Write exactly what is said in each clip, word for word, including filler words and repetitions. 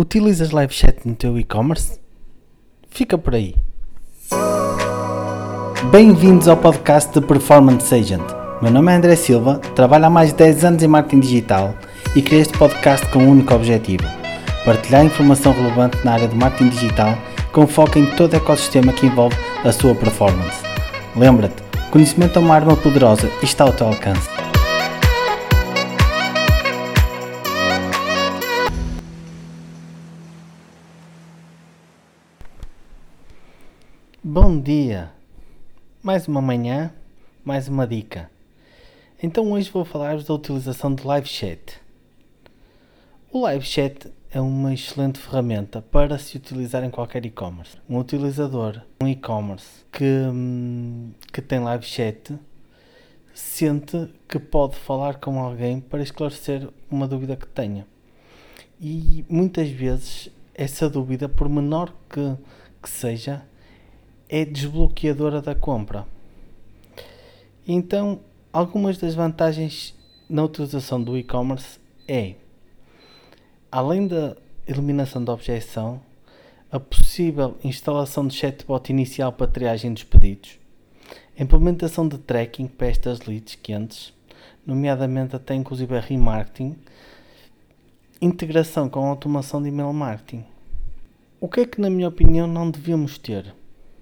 Utilizas live chat no teu e-commerce? Fica por aí. Bem-vindos ao podcast de Performance Agent. Meu nome é André Silva, trabalho há mais de dez anos em marketing digital e criei este podcast com um único objetivo: partilhar informação relevante na área de marketing digital com foco em todo o ecossistema que envolve a sua performance. Lembra-te, conhecimento é uma arma poderosa e está ao teu alcance. Bom dia! Mais uma manhã, mais uma dica. Então hoje vou falar-vos da utilização do live chat. O live chat é uma excelente ferramenta para se utilizar em qualquer e-commerce. Um utilizador, um e-commerce que, que tem live chat, sente que pode falar com alguém para esclarecer uma dúvida que tenha. E muitas vezes essa dúvida, por menor que, que seja, é desbloqueadora da compra. Então, algumas das vantagens na utilização do e-commerce é, além da eliminação da objeção, a possível instalação de chatbot inicial para triagem dos pedidos, a implementação de tracking para estas leads quentes, nomeadamente até inclusive a remarketing, integração com a automação de email marketing. O que é que, na minha opinião, não devíamos ter?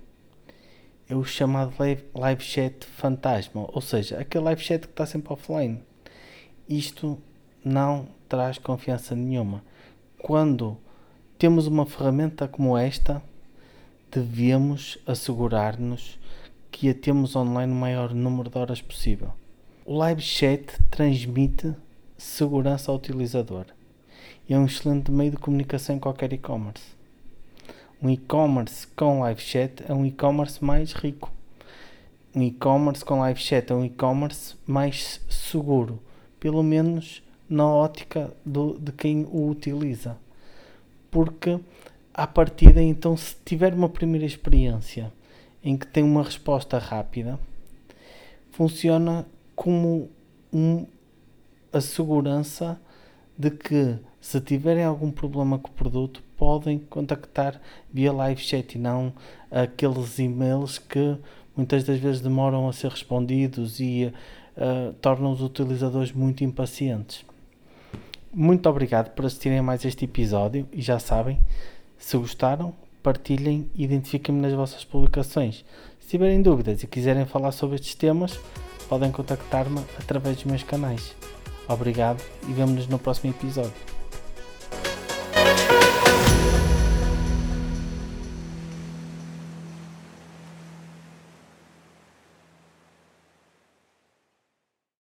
É o chamado live, live chat fantasma, ou seja, aquele live chat que está sempre offline. Isto não traz confiança nenhuma. Quando temos uma ferramenta como esta, devemos assegurar-nos que a temos online o maior número de horas possível. O live chat transmite segurança ao utilizador e é um excelente meio de comunicação em qualquer e-commerce. Um e-commerce com live chat é um e-commerce mais rico. Um e-commerce com live chat é um e-commerce mais seguro, pelo menos na ótica do, de quem o utiliza. Porque, à partida, então, se tiver uma primeira experiência em que tem uma resposta rápida, funciona como um, a segurança de que, se tiverem algum problema com o produto, podem contactar via live chat e não aqueles e-mails que muitas das vezes demoram a ser respondidos e uh, tornam os utilizadores muito impacientes. Muito obrigado por assistirem a mais este episódio e já sabem, se gostaram, partilhem e identifiquem-me nas vossas publicações. Se tiverem dúvidas e quiserem falar sobre estes temas, podem contactar-me através dos meus canais. Obrigado e vemo-nos no próximo episódio.